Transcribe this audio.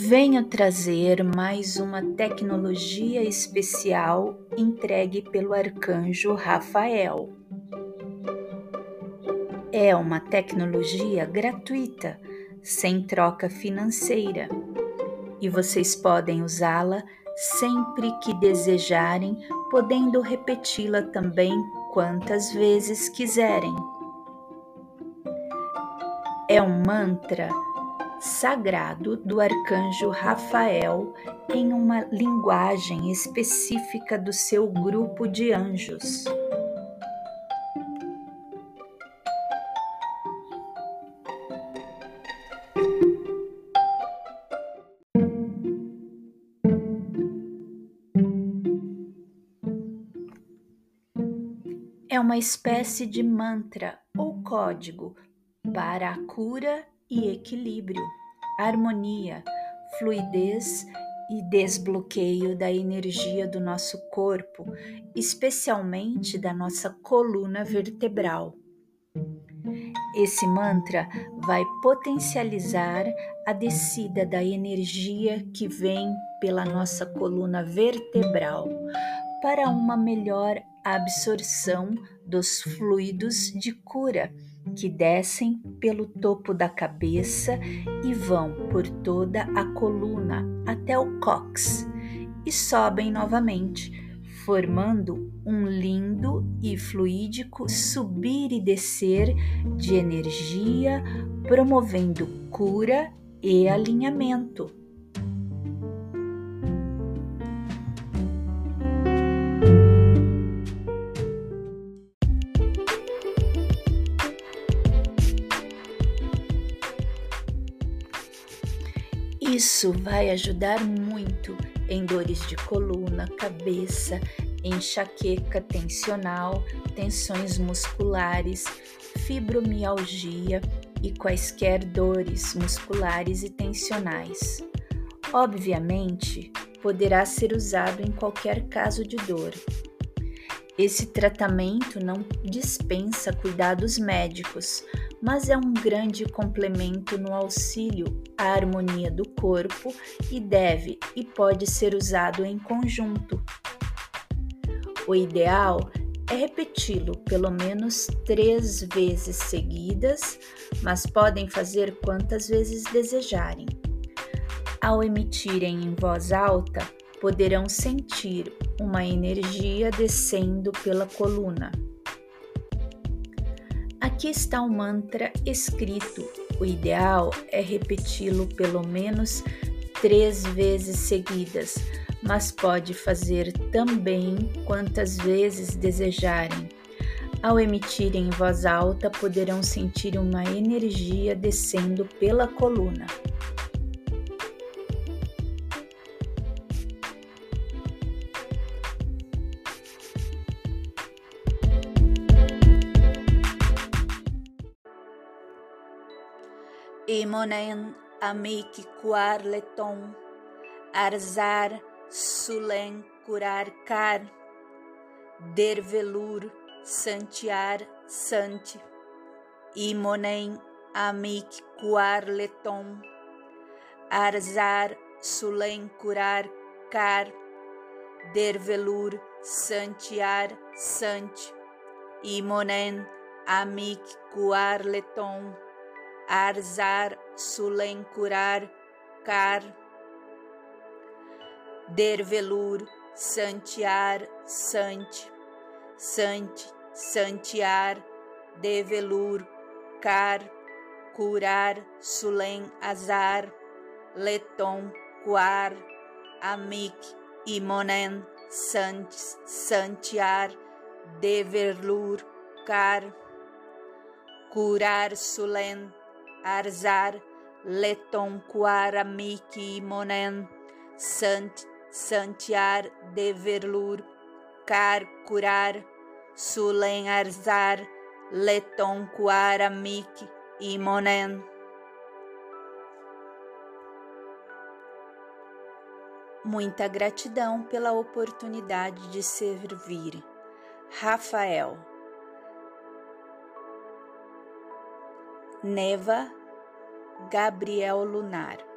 Venho trazer mais uma tecnologia especial entregue pelo arcanjo Rafael. É uma tecnologia gratuita, sem troca financeira, e vocês podem usá-la sempre que desejarem, podendo repeti-la também quantas vezes quiserem. É um mantra sagrado do arcanjo Rafael em uma linguagem específica do seu grupo de anjos. É uma espécie de mantra ou código para a cura e equilíbrio, harmonia, fluidez e desbloqueio da energia do nosso corpo, especialmente da nossa coluna vertebral. Esse mantra vai potencializar a descida da energia que vem pela nossa coluna vertebral para uma melhor absorção dos fluidos de cura que descem pelo topo da cabeça e vão por toda a coluna até o cóccix e sobem novamente, formando um lindo e fluídico subir e descer de energia, promovendo cura e alinhamento. Isso vai ajudar muito em dores de coluna, cabeça, enxaqueca tensional, tensões musculares, fibromialgia e quaisquer dores musculares e tensionais. Obviamente, poderá ser usado em qualquer caso de dor. Esse tratamento não dispensa cuidados médicos, mas é um grande complemento no auxílio à harmonia do corpo e deve e pode ser usado em conjunto. O ideal é repeti-lo pelo menos 3 vezes seguidas, mas podem fazer quantas vezes desejarem. Ao emitirem em voz alta, poderão sentir uma energia descendo pela coluna. Aqui está o mantra escrito. O ideal é repeti-lo pelo menos 3 vezes seguidas, mas pode fazer também quantas vezes desejarem. Ao emitirem em voz alta, poderão sentir uma energia descendo pela coluna. Imonen amik kuar leton, arzar sulen curar car, dervelur santiar santi. Imonen amik kuar leton, arzar sulen curar car, dervelur santiar santi. Imonen amik kuar leton, arzar sulen curar car, dervelur santiar santi, santi santiar develur car, curar sulen azar, leton quar, amic imonen santiar develur car, curar sulen arzar, leton quar amic imonen santiar develur car, curar sulen arzar, leton quar amic imonen. Muita gratidão pela oportunidade de servir. Rafael. Neva Gabriel Lunar.